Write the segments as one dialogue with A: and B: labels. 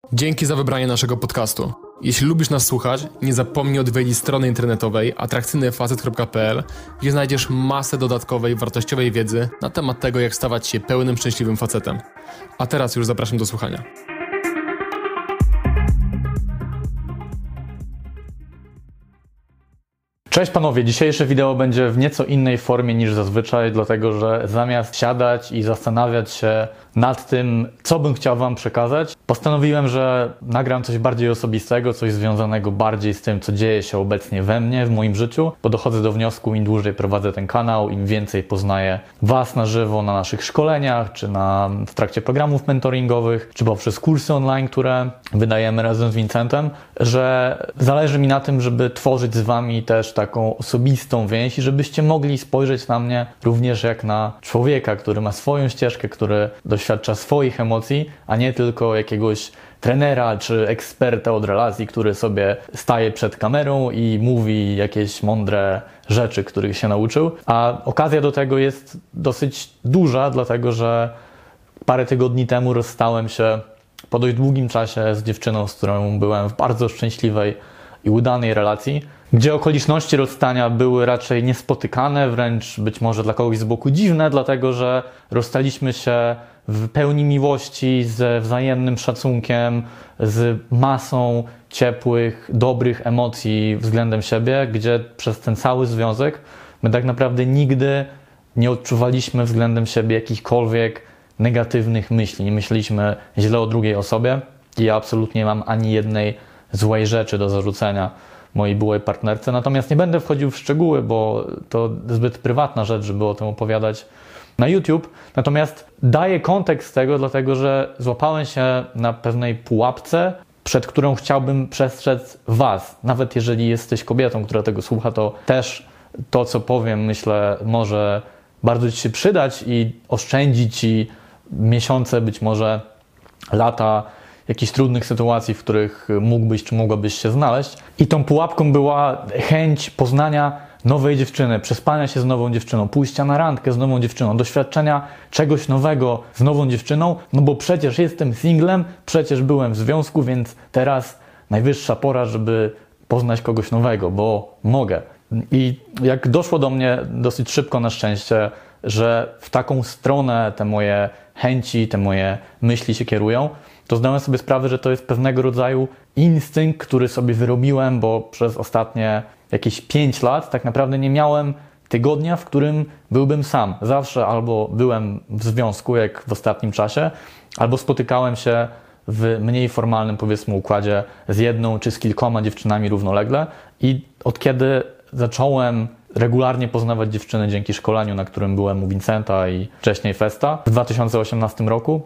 A: Dzięki za wybranie naszego podcastu. Jeśli lubisz nas słuchać, nie zapomnij odwiedzić strony internetowej atrakcyjnyfacet.pl, gdzie znajdziesz masę dodatkowej, wartościowej wiedzy na temat tego, jak stawać się pełnym, szczęśliwym facetem. A teraz już zapraszam do słuchania.
B: Cześć panowie, dzisiejsze wideo będzie w nieco innej formie niż zazwyczaj, dlatego że zamiast siadać i zastanawiać się nad tym, co bym chciał wam przekazać, postanowiłem, że nagram coś bardziej osobistego, coś związanego bardziej z tym, co dzieje się obecnie we mnie, w moim życiu, bo dochodzę do wniosku, im dłużej prowadzę ten kanał, im więcej poznaję was na żywo na naszych szkoleniach, czy w trakcie programów mentoringowych, czy poprzez kursy online, które wydajemy razem z Vincentem, że zależy mi na tym, żeby tworzyć z wami też taką osobistą więź i żebyście mogli spojrzeć na mnie również jak na człowieka, który ma swoją ścieżkę, który doświadcza swoich emocji, a nie tylko jakiegoś trenera czy eksperta od relacji, który sobie staje przed kamerą i mówi jakieś mądre rzeczy, których się nauczył. A okazja do tego jest dosyć duża, dlatego że parę tygodni temu rozstałem się po dość długim czasie z dziewczyną, z którą byłem w bardzo szczęśliwej i udanej relacji, gdzie okoliczności rozstania były raczej niespotykane, wręcz być może dla kogoś z boku dziwne, dlatego że rozstaliśmy się w pełni miłości, ze wzajemnym szacunkiem, z masą ciepłych, dobrych emocji względem siebie, gdzie przez ten cały związek my tak naprawdę nigdy nie odczuwaliśmy względem siebie jakichkolwiek negatywnych myśli. Nie myśleliśmy źle o drugiej osobie i ja absolutnie nie mam ani jednej złej rzeczy do zarzucenia mojej byłej partnerce. Natomiast nie będę wchodził w szczegóły, bo to zbyt prywatna rzecz, żeby o tym opowiadać na YouTube. Natomiast daję kontekst tego, dlatego że złapałem się na pewnej pułapce, przed którą chciałbym przestrzec was. Nawet jeżeli jesteś kobietą, która tego słucha, to też to, co powiem, myślę, może bardzo ci się przydać i oszczędzić ci miesiące, być może lata jakichś trudnych sytuacji, w których mógłbyś czy mogłabyś się znaleźć. I tą pułapką była chęć poznania nowej dziewczyny, przespania się z nową dziewczyną, pójścia na randkę z nową dziewczyną, doświadczenia czegoś nowego z nową dziewczyną, no bo przecież jestem singlem, przecież byłem w związku, więc teraz najwyższa pora, żeby poznać kogoś nowego, bo mogę. I jak doszło do mnie dosyć szybko na szczęście, że w taką stronę te moje chęci, te moje myśli się kierują, to zdałem sobie sprawę, że to jest pewnego rodzaju instynkt, który sobie wyrobiłem, bo przez ostatnie jakieś 5 lat tak naprawdę nie miałem tygodnia, w którym byłbym sam. Zawsze albo byłem w związku, jak w ostatnim czasie, albo spotykałem się w mniej formalnym, powiedzmy, układzie z jedną czy z kilkoma dziewczynami równolegle. I od kiedy zacząłem regularnie poznawać dziewczyny dzięki szkoleniu, na którym byłem u Vincenta i wcześniej Festa w 2018 roku,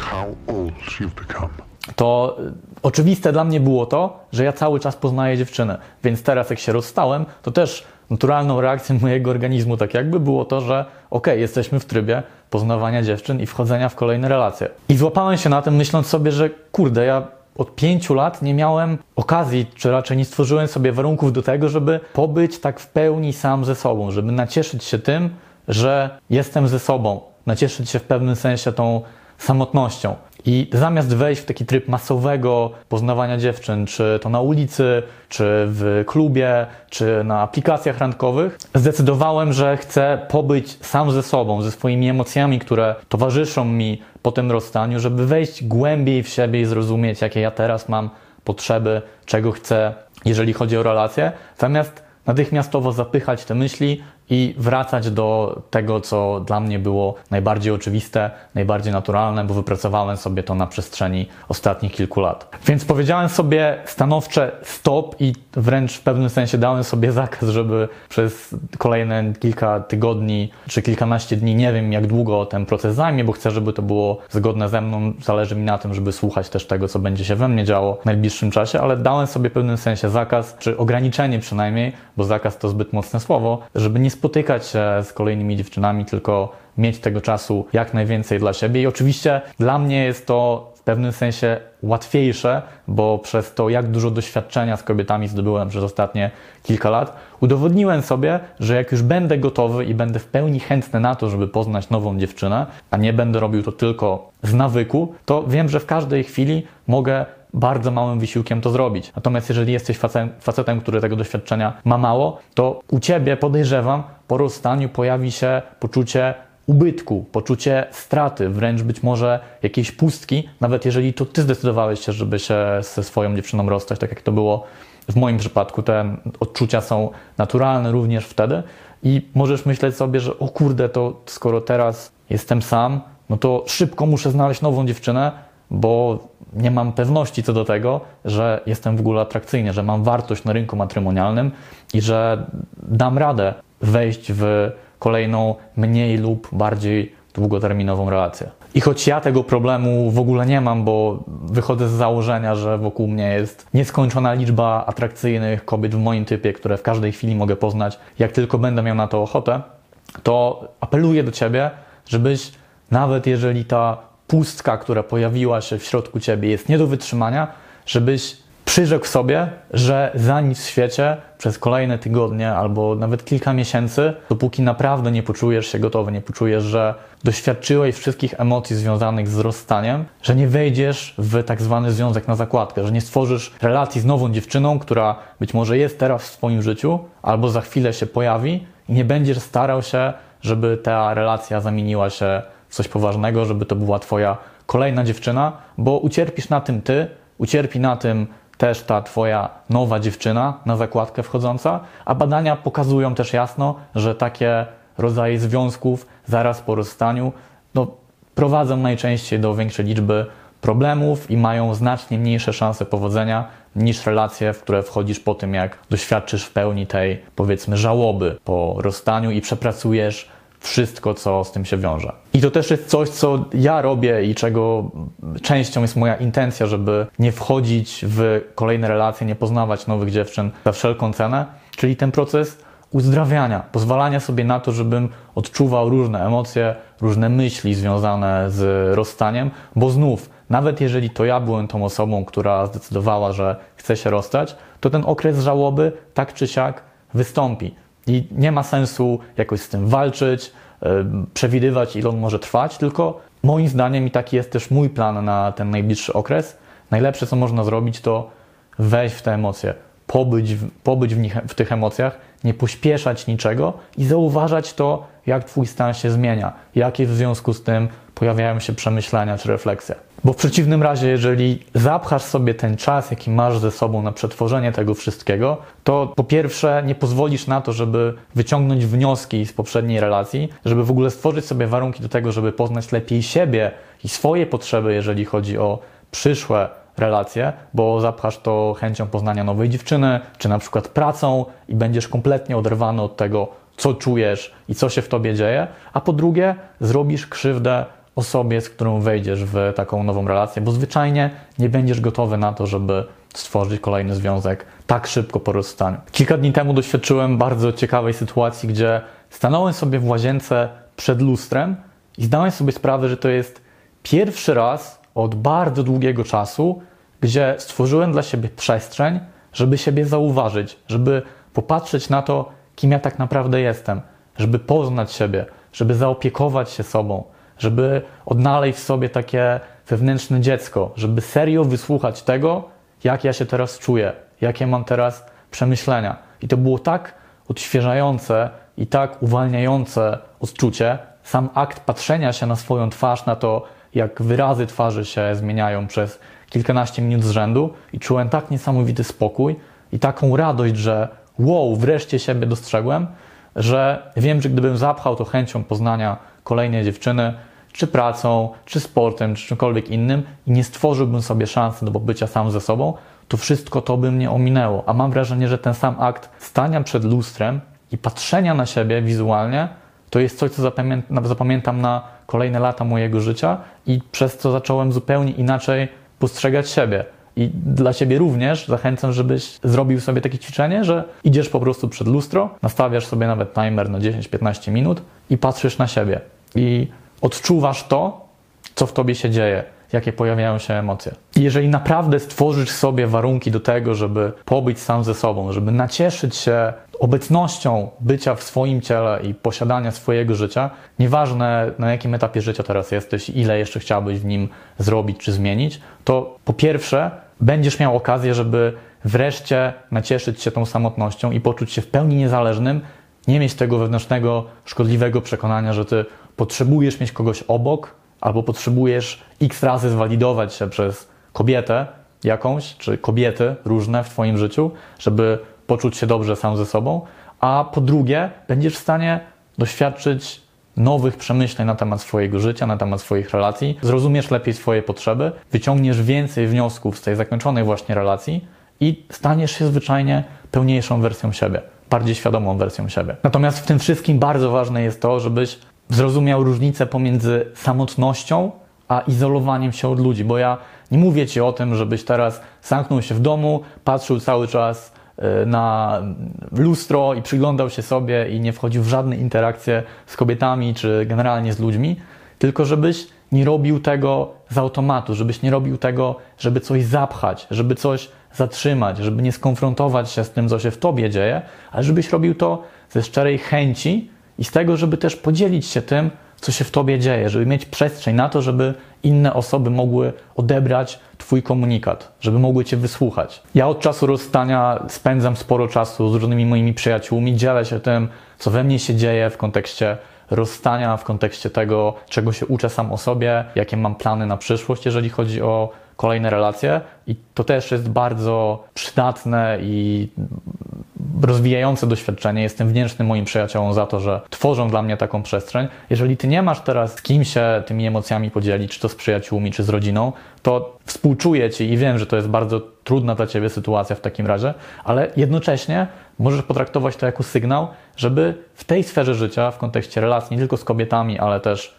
B: to oczywiste dla mnie było to, że ja cały czas poznaję dziewczyny. Więc teraz jak się rozstałem, to też naturalną reakcją mojego organizmu tak jakby było to, że okej, jesteśmy w trybie poznawania dziewczyn i wchodzenia w kolejne relacje. I złapałem się na tym, myśląc sobie, że kurde, ja od 5 lat nie miałem okazji, czy raczej nie stworzyłem sobie warunków do tego, żeby pobyć tak w pełni sam ze sobą, żeby nacieszyć się tym, że jestem ze sobą, nacieszyć się w pewnym sensie tą samotnością. I zamiast wejść w taki tryb masowego poznawania dziewczyn, czy to na ulicy, czy w klubie, czy na aplikacjach randkowych, zdecydowałem, że chcę pobyć sam ze sobą, ze swoimi emocjami, które towarzyszą mi po tym rozstaniu, żeby wejść głębiej w siebie i zrozumieć, jakie ja teraz mam potrzeby, czego chcę, jeżeli chodzi o relacje, zamiast natychmiastowo zapychać te myśli i wracać do tego, co dla mnie było najbardziej oczywiste, najbardziej naturalne, bo wypracowałem sobie to na przestrzeni ostatnich kilku lat. Więc powiedziałem sobie stanowcze stop i wręcz w pewnym sensie dałem sobie zakaz, żeby przez kolejne kilka tygodni czy kilkanaście dni, nie wiem jak długo ten proces zajmie, bo chcę, żeby to było zgodne ze mną. Zależy mi na tym, żeby słuchać też tego, co będzie się we mnie działo w najbliższym czasie, ale dałem sobie w pewnym sensie zakaz, czy ograniczenie przynajmniej, bo zakaz to zbyt mocne słowo, żeby nie spotykać się z kolejnymi dziewczynami, tylko mieć tego czasu jak najwięcej dla siebie. I oczywiście dla mnie jest to w pewnym sensie łatwiejsze, bo przez to, jak dużo doświadczenia z kobietami zdobyłem przez ostatnie kilka lat, udowodniłem sobie, że jak już będę gotowy i będę w pełni chętny na to, żeby poznać nową dziewczynę, a nie będę robił to tylko z nawyku, to wiem, że w każdej chwili mogę bardzo małym wysiłkiem to zrobić. Natomiast jeżeli jesteś facetem, który tego doświadczenia ma mało, to u Ciebie, podejrzewam, po rozstaniu pojawi się poczucie ubytku, poczucie straty, wręcz być może jakiejś pustki, nawet jeżeli to Ty zdecydowałeś się, żeby się ze swoją dziewczyną rozstać, tak jak to było w moim przypadku. Te odczucia są naturalne również wtedy i możesz myśleć sobie, że o kurde, to skoro teraz jestem sam, no to szybko muszę znaleźć nową dziewczynę, bo nie mam pewności co do tego, że jestem w ogóle atrakcyjny, że mam wartość na rynku matrymonialnym i że dam radę wejść w kolejną mniej lub bardziej długoterminową relację. I choć ja tego problemu w ogóle nie mam, bo wychodzę z założenia, że wokół mnie jest nieskończona liczba atrakcyjnych kobiet w moim typie, które w każdej chwili mogę poznać, jak tylko będę miał na to ochotę, to apeluję do Ciebie, żebyś nawet jeżeli ta pustka, która pojawiła się w środku Ciebie jest nie do wytrzymania, żebyś przyrzekł sobie, że za nic w świecie przez kolejne tygodnie albo nawet kilka miesięcy, dopóki naprawdę nie poczujesz się gotowy, nie poczujesz, że doświadczyłeś wszystkich emocji związanych z rozstaniem, że nie wejdziesz w tak zwany związek na zakładkę, że nie stworzysz relacji z nową dziewczyną, która być może jest teraz w swoim życiu albo za chwilę się pojawi i nie będziesz starał się, żeby ta relacja zamieniła się w coś poważnego, żeby to była Twoja kolejna dziewczyna, bo ucierpisz na tym Ty, ucierpi na tym też ta Twoja nowa dziewczyna na zakładkę wchodząca, a badania pokazują też jasno, że takie rodzaje związków zaraz po rozstaniu prowadzą najczęściej do większej liczby problemów i mają znacznie mniejsze szanse powodzenia niż relacje, w które wchodzisz po tym, jak doświadczysz w pełni tej, powiedzmy, żałoby po rozstaniu i przepracujesz wszystko, co z tym się wiąże. I to też jest coś, co ja robię i czego częścią jest moja intencja, żeby nie wchodzić w kolejne relacje, nie poznawać nowych dziewczyn za wszelką cenę, czyli ten proces uzdrawiania, pozwalania sobie na to, żebym odczuwał różne emocje, różne myśli związane z rozstaniem, bo znów, nawet jeżeli to ja byłem tą osobą, która zdecydowała, że chce się rozstać, to ten okres żałoby tak czy siak wystąpi. I nie ma sensu jakoś z tym walczyć, przewidywać, ile on może trwać, tylko moim zdaniem, i taki jest też mój plan na ten najbliższy okres, najlepsze, co można zrobić, to wejść w te emocje, pobyć w tych emocjach, nie pośpieszać niczego i zauważać to, jak Twój stan się zmienia, jakie w związku z tym pojawiają się przemyślenia czy refleksje. Bo w przeciwnym razie, jeżeli zapchasz sobie ten czas, jaki masz ze sobą na przetworzenie tego wszystkiego, to po pierwsze nie pozwolisz na to, żeby wyciągnąć wnioski z poprzedniej relacji, żeby w ogóle stworzyć sobie warunki do tego, żeby poznać lepiej siebie i swoje potrzeby, jeżeli chodzi o przyszłe relacje, bo zapchasz to chęcią poznania nowej dziewczyny, czy na przykład pracą i będziesz kompletnie oderwany od tego, co czujesz i co się w Tobie dzieje, a po drugie zrobisz krzywdę osobie, z którą wejdziesz w taką nową relację, bo zwyczajnie nie będziesz gotowy na to, żeby stworzyć kolejny związek tak szybko po rozstaniu. Kilka dni temu doświadczyłem bardzo ciekawej sytuacji, gdzie stanąłem sobie w łazience przed lustrem i zdałem sobie sprawę, że to jest pierwszy raz od bardzo długiego czasu, gdzie stworzyłem dla siebie przestrzeń, żeby siebie zauważyć, żeby popatrzeć na to, kim ja tak naprawdę jestem, żeby poznać siebie, żeby zaopiekować się sobą, żeby odnaleźć w sobie takie wewnętrzne dziecko, żeby serio wysłuchać tego, jak ja się teraz czuję, jakie mam teraz przemyślenia. I to było tak odświeżające i tak uwalniające odczucie, sam akt patrzenia się na swoją twarz, na to, jak wyrazy twarzy się zmieniają przez kilkanaście minut z rzędu i czułem tak niesamowity spokój i taką radość, że wow, wreszcie siebie dostrzegłem, że wiem, że gdybym zapchał to chęcią poznania kolejnej dziewczyny, czy pracą, czy sportem, czy czymkolwiek innym i nie stworzyłbym sobie szansy do bycia sam ze sobą, to wszystko to by mnie ominęło. A mam wrażenie, że ten sam akt stania przed lustrem i patrzenia na siebie wizualnie to jest coś, co zapamiętam na kolejne lata mojego życia i przez co zacząłem zupełnie inaczej postrzegać siebie. I dla Ciebie również zachęcam, żebyś zrobił sobie takie ćwiczenie, że idziesz po prostu przed lustro, nastawiasz sobie nawet timer na 10-15 minut i patrzysz na siebie. I odczuwasz to, co w Tobie się dzieje, jakie pojawiają się emocje. I jeżeli naprawdę stworzysz sobie warunki do tego, żeby pobyć sam ze sobą, żeby nacieszyć się obecnością bycia w swoim ciele i posiadania swojego życia, nieważne na jakim etapie życia teraz jesteś i ile jeszcze chciałbyś w nim zrobić czy zmienić, to po pierwsze będziesz miał okazję, żeby wreszcie nacieszyć się tą samotnością i poczuć się w pełni niezależnym, nie mieć tego wewnętrznego, szkodliwego przekonania, że ty potrzebujesz mieć kogoś obok, albo potrzebujesz x razy zwalidować się przez kobietę jakąś, czy kobiety różne w twoim życiu, żeby poczuć się dobrze sam ze sobą, a po drugie będziesz w stanie doświadczyć nowych przemyśleń na temat swojego życia, na temat swoich relacji, zrozumiesz lepiej swoje potrzeby, wyciągniesz więcej wniosków z tej zakończonej właśnie relacji i staniesz się zwyczajnie pełniejszą wersją siebie, bardziej świadomą wersją siebie. Natomiast w tym wszystkim bardzo ważne jest to, żebyś zrozumiał różnicę pomiędzy samotnością a izolowaniem się od ludzi, bo ja nie mówię ci o tym, żebyś teraz zamknął się w domu, patrzył cały czas na lustro i przyglądał się sobie i nie wchodził w żadne interakcje z kobietami czy generalnie z ludźmi, tylko żebyś nie robił tego z automatu, żebyś nie robił tego, żeby coś zapchać, żeby coś zatrzymać, żeby nie skonfrontować się z tym, co się w tobie dzieje, ale żebyś robił to ze szczerej chęci i z tego, żeby też podzielić się tym, co się w tobie dzieje, żeby mieć przestrzeń na to, żeby inne osoby mogły odebrać twój komunikat, żeby mogły cię wysłuchać. Ja od czasu rozstania spędzam sporo czasu z różnymi moimi przyjaciółmi, dzielę się tym, co we mnie się dzieje w kontekście rozstania, w kontekście tego, czego się uczę sam o sobie, jakie mam plany na przyszłość, jeżeli chodzi o kolejne relacje i to też jest bardzo przydatne i rozwijające doświadczenie. Jestem wdzięczny moim przyjaciołom za to, że tworzą dla mnie taką przestrzeń. Jeżeli ty nie masz teraz z kim się tymi emocjami podzielić, czy to z przyjaciółmi, czy z rodziną, to współczuję ci i wiem, że to jest bardzo trudna dla ciebie sytuacja w takim razie, ale jednocześnie możesz potraktować to jako sygnał, żeby w tej sferze życia, w kontekście relacji nie tylko z kobietami, ale też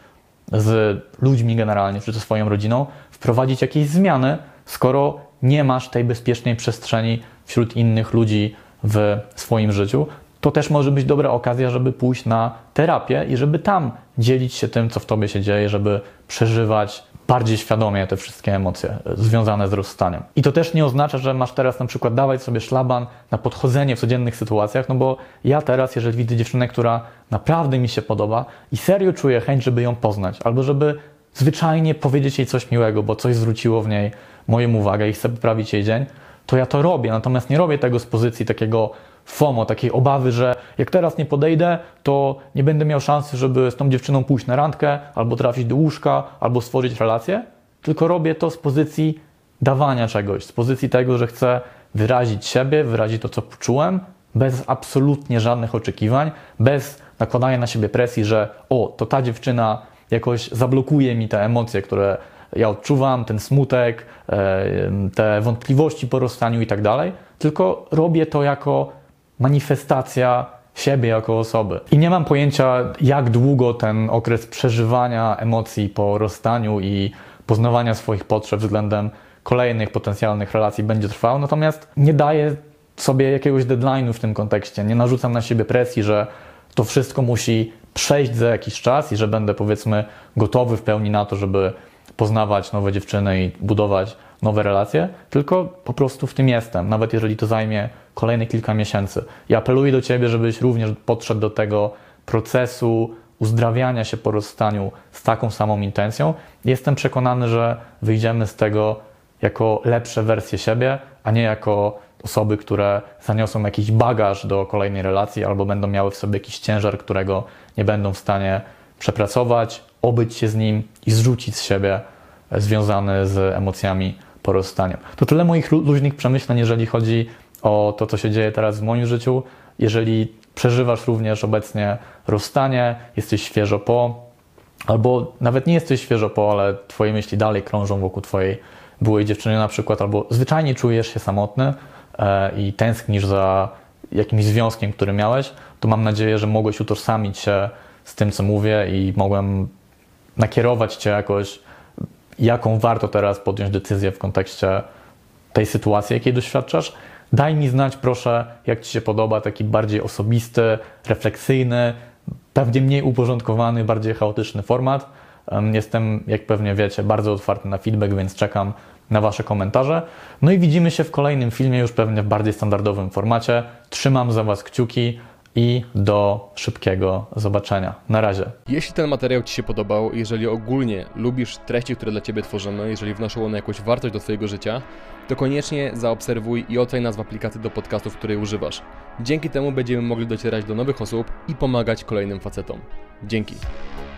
B: z ludźmi generalnie, czy ze swoją rodziną, wprowadzić jakieś zmiany, skoro nie masz tej bezpiecznej przestrzeni wśród innych ludzi w swoim życiu. To też może być dobra okazja, żeby pójść na terapię i żeby tam dzielić się tym, co w tobie się dzieje, żeby przeżywać bardziej świadomie te wszystkie emocje związane z rozstaniem. I to też nie oznacza, że masz teraz na przykład dawać sobie szlaban na podchodzenie w codziennych sytuacjach, no bo ja teraz, jeżeli widzę dziewczynę, która naprawdę mi się podoba i serio czuję chęć, żeby ją poznać, albo żeby zwyczajnie powiedzieć jej coś miłego, bo coś zwróciło w niej moją uwagę i chcę poprawić jej dzień, to ja to robię, natomiast nie robię tego z pozycji takiego FOMO, takiej obawy, że jak teraz nie podejdę, to nie będę miał szansy, żeby z tą dziewczyną pójść na randkę, albo trafić do łóżka, albo stworzyć relację, tylko robię to z pozycji dawania czegoś, z pozycji tego, że chcę wyrazić siebie, wyrazić to, co poczułem, bez absolutnie żadnych oczekiwań, bez nakładania na siebie presji, że to ta dziewczyna jakoś zablokuje mi te emocje, które ja odczuwam, ten smutek, te wątpliwości po rozstaniu i tak dalej, tylko robię to jako manifestacja siebie jako osoby. I nie mam pojęcia, jak długo ten okres przeżywania emocji po rozstaniu i poznawania swoich potrzeb względem kolejnych potencjalnych relacji będzie trwał, natomiast nie daję sobie jakiegoś deadline'u w tym kontekście, nie narzucam na siebie presji, że to wszystko musi przejść za jakiś czas i że będę, powiedzmy, gotowy w pełni na to, żeby poznawać nowe dziewczyny i budować nowe relacje, tylko po prostu w tym jestem, nawet jeżeli to zajmie kolejne kilka miesięcy. I apeluję do ciebie, żebyś również podszedł do tego procesu uzdrawiania się po rozstaniu z taką samą intencją. Jestem przekonany, że wyjdziemy z tego jako lepsze wersje siebie, a nie jako osoby, które zaniosą jakiś bagaż do kolejnej relacji albo będą miały w sobie jakiś ciężar, którego nie będą w stanie przepracować, obyć się z nim i zrzucić z siebie związany z emocjami po rozstaniu. To tyle moich luźnych przemyśleń, jeżeli chodzi o to, co się dzieje teraz w moim życiu. Jeżeli przeżywasz również obecnie rozstanie, jesteś świeżo po, albo nawet nie jesteś świeżo po, ale twoje myśli dalej krążą wokół twojej byłej dziewczyny na przykład, albo zwyczajnie czujesz się samotny i tęsknisz za jakimś związkiem, który miałeś, to mam nadzieję, że mogłeś utożsamić się z tym, co mówię i mogłem nakierować cię jakoś, jaką warto teraz podjąć decyzję w kontekście tej sytuacji, jakiej doświadczasz. Daj mi znać, proszę, jak ci się podoba taki bardziej osobisty, refleksyjny, pewnie mniej uporządkowany, bardziej chaotyczny format. Jestem, jak pewnie wiecie, bardzo otwarty na feedback, więc czekam na wasze komentarze. No i widzimy się w kolejnym filmie, już pewnie w bardziej standardowym formacie. Trzymam za was kciuki i do szybkiego zobaczenia. Na razie.
A: Jeśli ten materiał ci się podobał, jeżeli ogólnie lubisz treści, które dla ciebie tworzymy, jeżeli wnoszą one jakąś wartość do twojego życia, to koniecznie zaobserwuj i oceń nas w aplikacji do podcastów, której używasz. Dzięki temu będziemy mogli docierać do nowych osób i pomagać kolejnym facetom. Dzięki.